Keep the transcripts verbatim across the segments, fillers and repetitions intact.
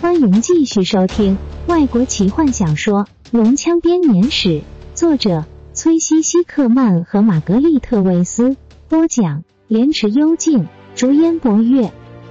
欢迎继续收听外国奇幻小说《龙枪编年史》，作者崔西西克曼和玛格丽特维斯，播讲莲池幽静，竹烟博月。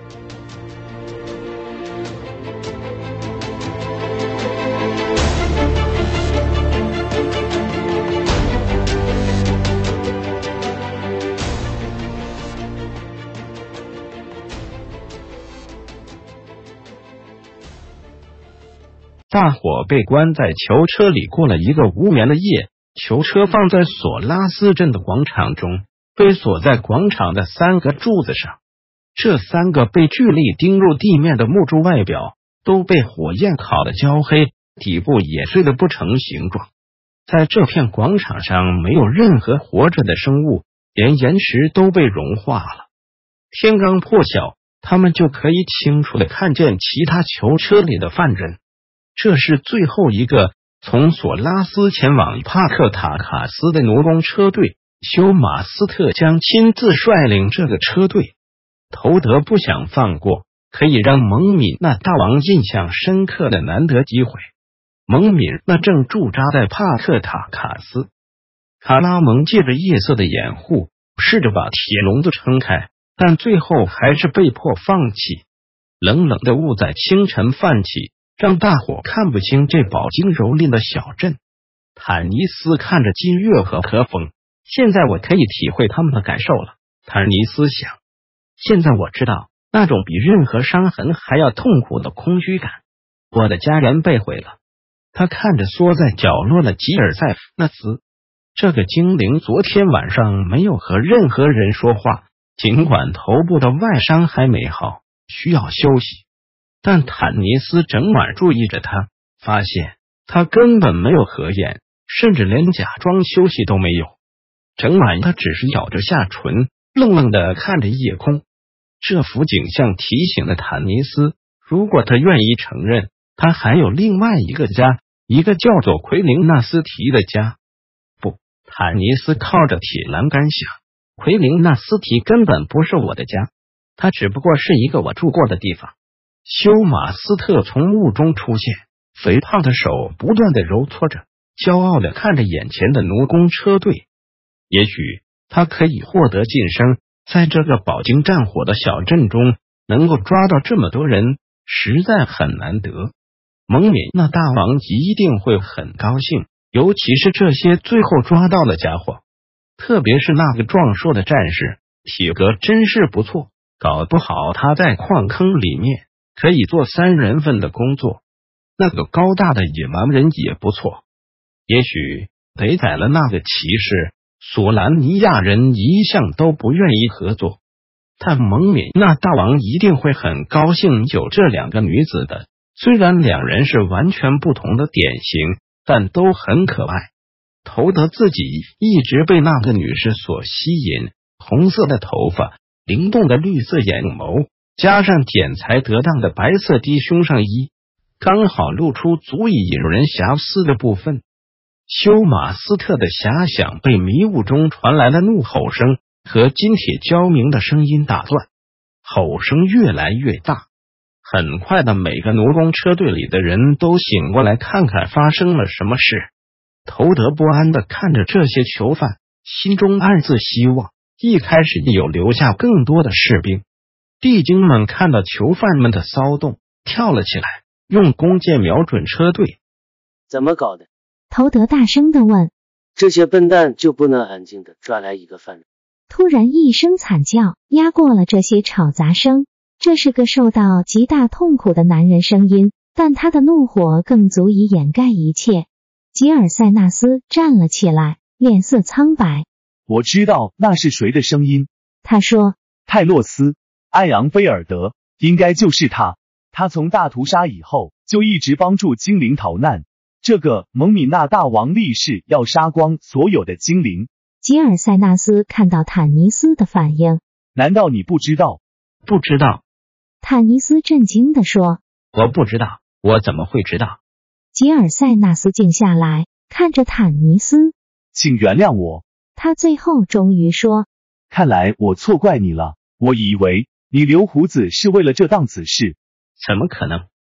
大伙被关在囚车里过了一个无眠的夜，囚车放在索拉斯镇的广场中，被锁在广场的三个柱子上。这三个被巨力钉入地面的木柱外表都被火焰烤得焦黑，底部也碎得不成形状。在这片广场上没有任何活着的生物，连岩石都被融化了。天刚破晓，他们就可以清楚地看见其他囚车里的犯人。这是最后一个从索拉斯前往帕克塔卡斯的奴工车队，休马斯特将亲自率领这个车队。头德不想放过可以让蒙敏那大王印象深刻的难得机会。蒙敏那正驻扎在帕克塔卡斯，卡拉蒙借着夜色的掩护，试着把铁笼子撑开，但最后还是被迫放弃。冷冷的雾在清晨泛起，让大伙看不清这饱经蹂躏的小镇。坦尼斯看着金月和和风，现在我可以体会他们的感受了。坦尼斯想，现在我知道那种比任何伤痕还要痛苦的空虚感。我的家人被毁了。他看着缩在角落的吉尔塞夫纳斯，这个精灵昨天晚上没有和任何人说话，尽管头部的外伤还没好，需要休息。但坦尼斯整晚注意着他，发现他根本没有合眼，甚至连假装休息都没有。整晚他只是咬着下唇，愣愣地看着夜空。这幅景象提醒了坦尼斯，如果他愿意承认，他还有另外一个家，一个叫做奎林纳斯提的家。不，坦尼斯靠着铁栏杆想，奎林纳斯提根本不是我的家，它只不过是一个我住过的地方。休马斯特从雾中出现，肥胖的手不断的揉搓着，骄傲的看着眼前的奴工车队。也许他可以获得晋升，在这个饱经战火的小镇中能够抓到这么多人，实在很难得。蒙敏那大王一定会很高兴，尤其是这些最后抓到的家伙，特别是那个壮硕的战士，体格真是不错，搞不好他在矿坑里面可以做三人份的工作。那个高大的野蛮人也不错，也许得宰了那个骑士。索兰尼亚人一向都不愿意合作，但蒙敏那大王一定会很高兴有这两个女子的，虽然两人是完全不同的典型，但都很可爱。头德自己一直被那个女士所吸引，红色的头发，灵动的绿色眼眸，加上剪裁得当的白色低胸上衣，刚好露出足以引人遐思的部分。休马斯特的遐想被迷雾中传来的怒吼声和金铁交鸣的声音打断，吼声越来越大。很快的，每个奴工车队里的人都醒过来，看看发生了什么事。头德不安的看着这些囚犯，心中暗自希望一开始有留下更多的士兵。地精们看到囚犯们的骚动，跳了起来，用弓箭瞄准车队。 怎么搞的？ 头德大声地问。 这些笨蛋就不能安静地抓来一个犯人？ 突然一声惨叫压过了这些吵杂声，这是个受到极大痛苦的男人声音，但他的怒火更足以掩盖一切。吉尔塞纳斯站了起来，脸色苍白。 我知道那是谁的声音， 他说， 泰洛斯，艾昂菲尔德，应该就是他。他从大屠杀以后就一直帮助精灵逃难。这个蒙米纳大王立誓要杀光所有的精灵。 吉尔塞纳斯看到坦尼斯的反应， 难道你不知道？ 不知道。 坦尼斯震惊地说， 我不知道，我怎么会知道？ 吉尔塞纳斯静下来，看着坦尼斯。 请原谅我。 他最后终于说， 看来我错怪你了，我以为你留胡子是为了这档子事。 怎么可能？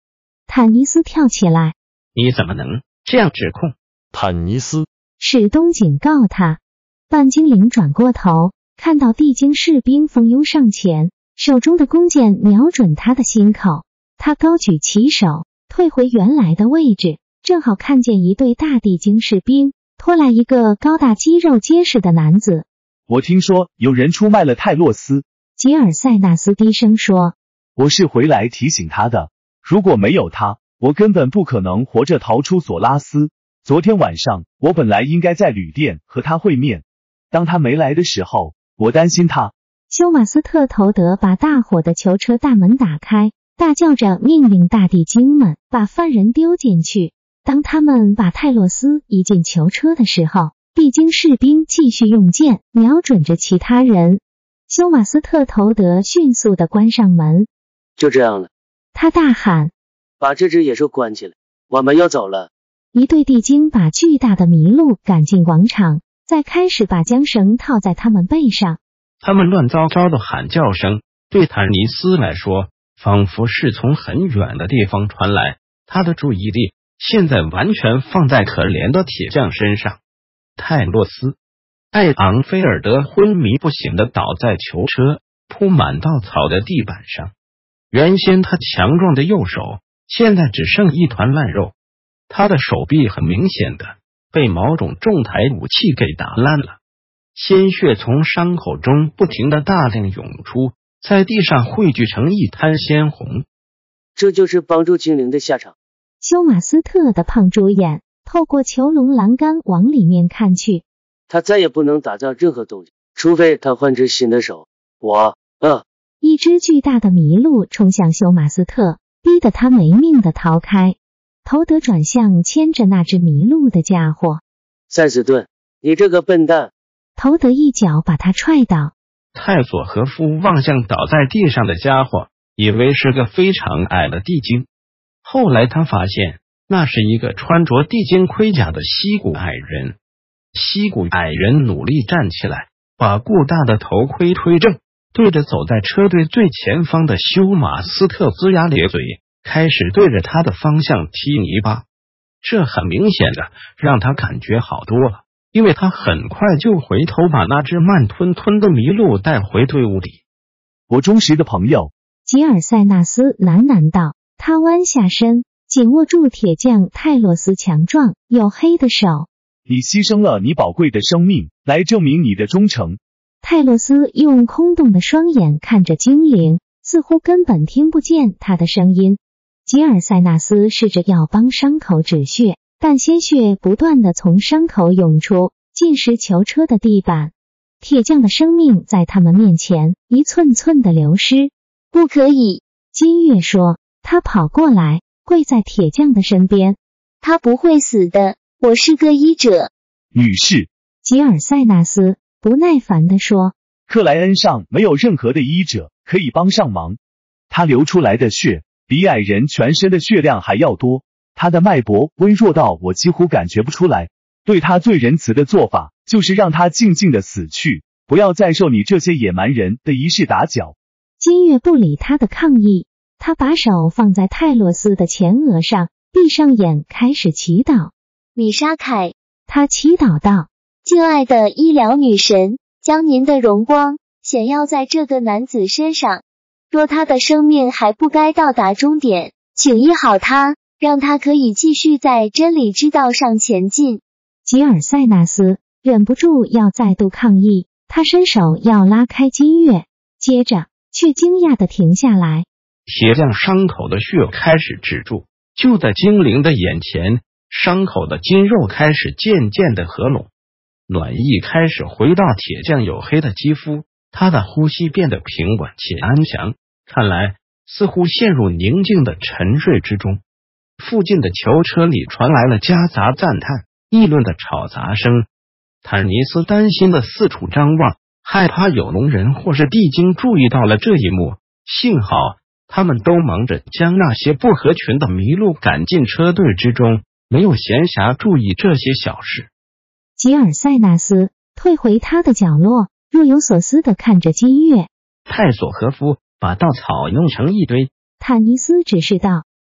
坦尼斯跳起来， 你怎么能这样指控？ 坦尼斯， 史东警告他。半精灵转过头，看到地精士兵蜂拥上前，手中的弓箭瞄准他的心口。他高举起手，退回原来的位置，正好看见一队大地精士兵拖来一个高大肌肉结实的男子。 我听说有人出卖了泰洛斯。 吉尔塞纳斯低声说， 我是回来提醒他的，如果没有他，我根本不可能活着逃出索拉斯。昨天晚上我本来应该在旅店和他会面，当他没来的时候，我担心他。 休马斯特头德把大火的囚车大门打开，大叫着命令大地精们把犯人丢进去。当他们把泰洛斯移进囚车的时候，地精士兵继续用箭瞄准着其他人。休马斯特头德迅速地关上门。 就这样了， 他大喊， 把这只野兽关起来，我们要走了。 一队地精把巨大的麋鹿赶进广场，再开始把缰绳套在他们背上。 他们乱糟糟的喊叫声对坦尼斯来说仿佛是从很远的地方传来，他的注意力现在完全放在可怜的铁匠身上。泰洛斯、艾昂菲尔德昏迷不醒的倒在囚车铺满稻草的地板上，原先他强壮的右手现在只剩一团烂肉，他的手臂很明显的被某种重台武器给打烂了，鲜血从伤口中不停的大量涌出，在地上汇聚成一滩鲜红。 这就是帮助精灵的下场。 休马斯特的胖猪眼透过囚笼栏杆往里面看去， 他再也不能打造任何东西，除非他换只新的手。我呃一只巨大的麋鹿冲向休马斯特，逼得他没命的逃开。头德转向牵着那只麋鹿的家伙， 塞斯顿，你这个笨蛋！ 头德一脚把他踹倒。 泰索和夫望向倒在地上的家伙，以为是个非常矮的地精，后来他发现那是一个穿着地精盔甲的西古矮人。西古矮人努力站起来，把顾大的头盔推正，对着走在车队最前方的休马斯特龇牙咧嘴，开始对着他的方向踢泥巴。这很明显的让他感觉好多了，因为他很快就回头把那只慢吞吞的麋鹿带回队伍里。 我忠实的朋友， 吉尔塞纳斯喃喃道，他弯下身紧握住铁匠泰洛斯强壮黝黑的手。 你牺牲了你宝贵的生命来证明你的忠诚。 泰洛斯用空洞的双眼看着精灵，似乎根本听不见他的声音。吉尔塞纳斯试着要帮伤口止血，但鲜血不断地从伤口涌出，浸湿囚车的地板。铁匠的生命在他们面前一寸寸的流失。不可以，金月说。他跑过来，跪在铁匠的身边。 他不会死的，我是个医者。 女士， 吉尔塞纳斯不耐烦地说， 克莱恩上没有任何的医者可以帮上忙。他流出来的血比矮人全身的血量还要多，他的脉搏微弱到我几乎感觉不出来。对他最仁慈的做法就是让他静静的死去，不要再受你这些野蛮人的仪式打搅。 金月不理他的抗议，他把手放在泰洛斯的前额上，闭上眼开始祈祷。 米沙凯， 他祈祷道， 敬爱的医疗女神，将您的荣光显耀在这个男子身上。若他的生命还不该到达终点，请医好他，让他可以继续在真理之道上前进。 吉尔塞纳斯忍不住要再度抗议，他伸手要拉开金月，接着却惊讶地停下来。 铁匠伤口的血开始止住，就在精灵的眼前，伤口的筋肉开始渐渐的合拢，暖意开始回到铁匠黝黑的肌肤，他的呼吸变得平稳且安详，看来似乎陷入宁静的沉睡之中。附近的囚车里传来了夹杂赞叹、议论的吵杂声。坦尼斯担心的四处张望，害怕有农人或是地精注意到了这一幕，幸好他们都忙着将那些不合群的麋鹿赶进车队之中，没有闲暇注意这些小事。 吉尔塞纳斯退回他的角落，若有所思地看着金月。 泰索和夫把稻草弄成一堆。 坦尼斯指示道，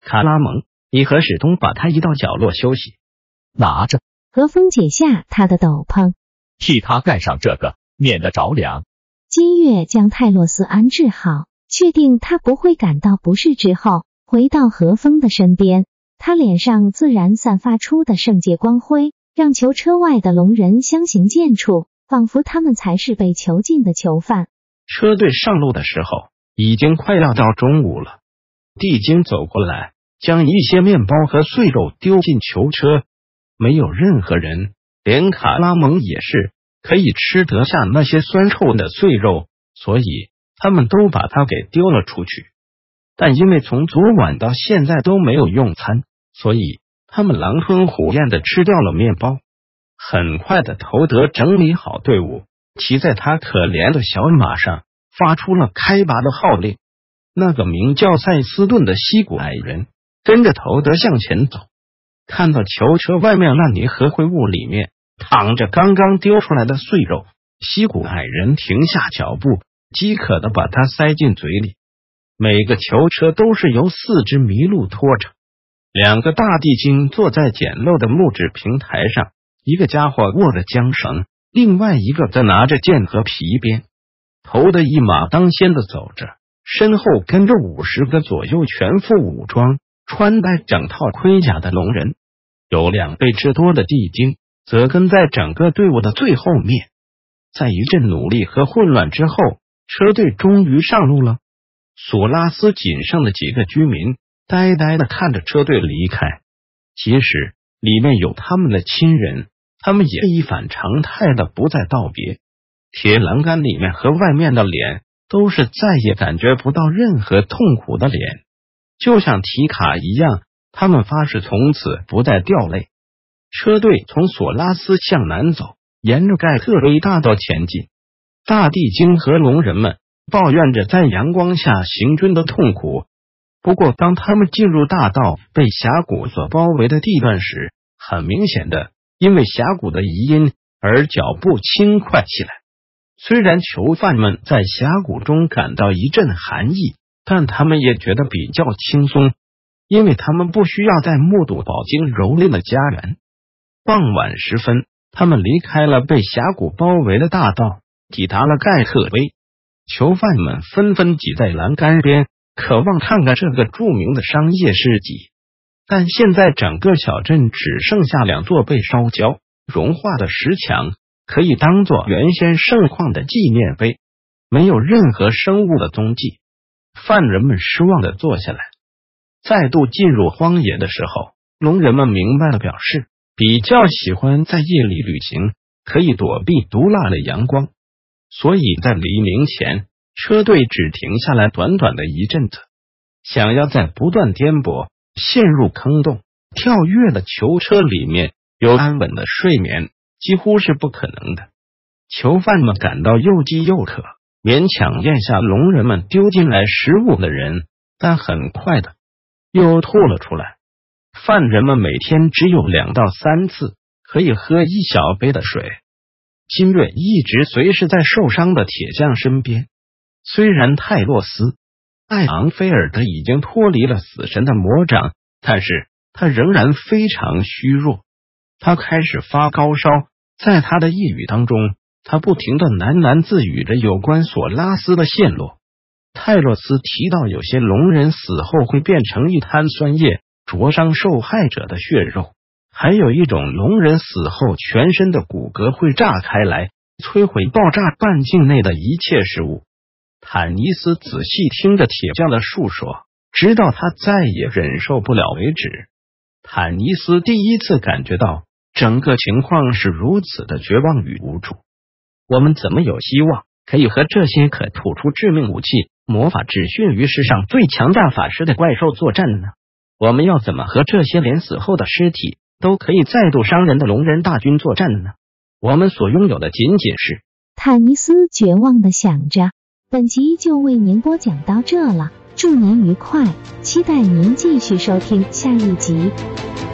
卡拉蒙，你和史东把他移到角落休息。 拿着。 何风解下他的斗篷， 替他盖上这个，免得着凉。 金月将泰洛斯安置好，确定他不会感到不适之后，回到何风的身边。他脸上自然散发出的圣洁光辉，让囚车外的龙人相形见绌，仿佛他们才是被囚禁的囚犯。 车队上路的时候，已经快要到中午了。地精走过来，将一些面包和碎肉丢进囚车。没有任何人，连卡拉蒙也是，可以吃得下那些酸臭的碎肉，所以他们都把它给丢了出去。但因为从昨晚到现在都没有用餐，所以他们狼吞虎咽的吃掉了面包。很快的，头德整理好队伍，骑在他可怜的小马上，发出了开拔的号令。那个名叫塞斯顿的西古矮人跟着头德向前走，看到囚车外面烂泥和灰雾里面躺着刚刚丢出来的碎肉，西古矮人停下脚步，饥渴的把它塞进嘴里。每个囚车都是由四只麋鹿拖着，两个大地精坐在简陋的木质平台上，一个家伙握着缰绳，另外一个则拿着剑和皮鞭。头的一马当先的走着，身后跟着五十个左右全副武装、穿戴整套盔甲的龙人，有两倍之多的地精则跟在整个队伍的最后面。在一阵努力和混乱之后，车队终于上路了。索拉斯仅剩的几个居民呆呆的看着车队离开，即使里面有他们的亲人，他们也一反常态的不再道别。铁栏杆里面和外面的脸都是再也感觉不到任何痛苦的脸，就像提卡一样，他们发誓从此不再掉泪。车队从索拉斯向南走，沿着盖特威大道前进。大地精和龙人们抱怨着在阳光下行军的痛苦，不过当他们进入大道被峡谷所包围的地段时，很明显的因为峡谷的移因而脚步轻快起来。虽然囚犯们在峡谷中感到一阵寒意，但他们也觉得比较轻松，因为他们不需要再目睹饱经蹂躏的家园。傍晚时分，他们离开了被峡谷包围的大道，抵达了盖特威。囚犯们纷纷挤在栏杆边，渴望看看这个著名的商业市集。但现在整个小镇只剩下两座被烧焦融化的石墙，可以当作原先盛况的纪念碑，没有任何生物的踪迹。犯人们失望的坐下来。再度进入荒野的时候，龙人们明白的表示，比较喜欢在夜里旅行，可以躲避毒辣的阳光。所以在黎明前，车队只停下来短短的一阵子。想要在不断颠簸、陷入坑洞、跳跃的囚车里面有安稳的睡眠，几乎是不可能的。囚犯们感到又饥又渴，勉强咽下龙人们丢进来食物的人，但很快的又吐了出来。犯人们每天只有两到三次可以喝一小杯的水。金瑞一直随侍在受伤的铁匠身边，虽然泰洛斯·艾昂菲尔德已经脱离了死神的魔掌，但是他仍然非常虚弱。他开始发高烧，在他的呓语当中，他不停的喃喃自语着有关索拉斯的陷落。泰洛斯提到有些龙人死后会变成一滩酸液，灼伤受害者的血肉，还有一种龙人死后全身的骨骼会炸开来，摧毁爆炸半径内的一切事物。坦尼斯仔细听着铁匠的述说，直到他再也忍受不了为止。坦尼斯第一次感觉到整个情况是如此的绝望与无助。我们怎么有希望可以和这些可吐出致命武器、魔法只逊于世上最强大法师的怪兽作战呢？我们要怎么和这些连死后的尸体都可以再度伤人的龙人大军作战呢？我们所拥有的仅仅是…… 坦尼斯绝望地想着。本集就为您播讲到这了，祝您愉快，期待您继续收听下一集。